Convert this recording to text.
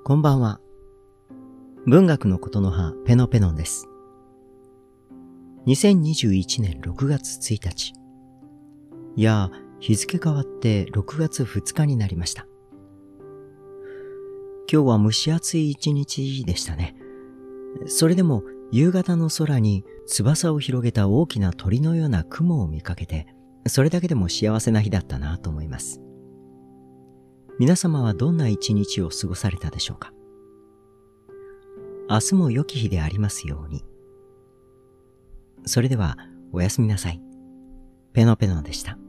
こんばんは。文学のことの葉ペノペノンです。2021年6月1日。いや日付変わって6月2日になりました。今日は蒸し暑い一日でしたね。それでも夕方の空に翼を広げた大きな鳥のような雲を見かけて、それだけでも幸せな日だったなと思います。皆様はどんな一日を過ごされたでしょうか。明日も良き日でありますように。それではおやすみなさい。ペノペノでした。